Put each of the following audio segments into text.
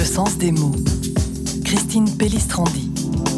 sens des mots. Christine Pellistrandi.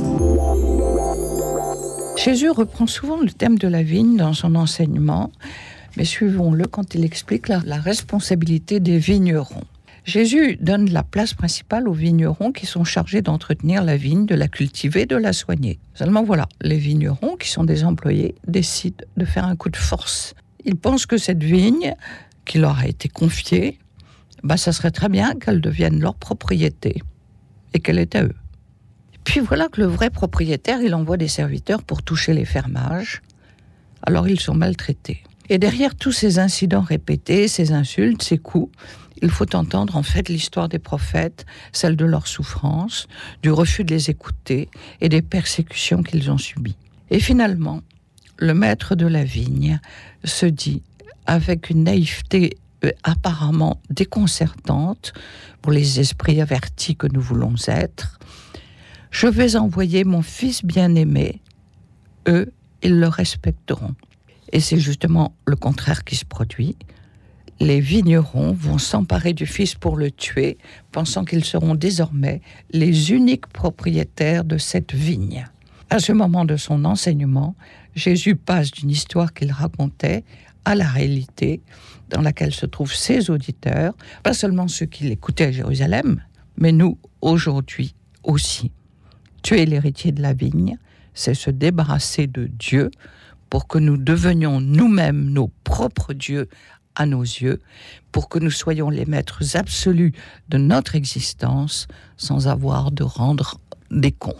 Jésus reprend souvent le thème de la vigne dans son enseignement, mais suivons-le quand il explique la responsabilité des vignerons. Jésus donne la place principale aux vignerons qui sont chargés d'entretenir la vigne, de la cultiver, de la soigner. Seulement voilà, les vignerons, qui sont des employés, décident de faire un coup de force. Ils pensent que cette vigne, qui leur a été confiée, ça serait très bien qu'elle devienne leur propriété et qu'elle est à eux. Puis voilà que le vrai propriétaire, il envoie des serviteurs pour toucher les fermages. Alors ils sont maltraités. Et derrière tous ces incidents répétés, ces insultes, ces coups, il faut entendre en fait l'histoire des prophètes, celle de leur souffrance, du refus de les écouter et des persécutions qu'ils ont subies. Et finalement, le maître de la vigne se dit, avec une naïveté apparemment déconcertante pour les esprits avertis que nous voulons être, « Je vais envoyer mon fils bien-aimé, eux, ils le respecteront. » Et c'est justement le contraire qui se produit. Les vignerons vont s'emparer du fils pour le tuer, pensant qu'ils seront désormais les uniques propriétaires de cette vigne. À ce moment de son enseignement, Jésus passe d'une histoire qu'il racontait à la réalité dans laquelle se trouvent ses auditeurs, pas seulement ceux qui l'écoutaient à Jérusalem, mais nous, aujourd'hui aussi. Tuer l'héritier de la vigne, c'est se débarrasser de Dieu pour que nous devenions nous-mêmes nos propres dieux à nos yeux, pour que nous soyons les maîtres absolus de notre existence sans avoir de rendre des comptes.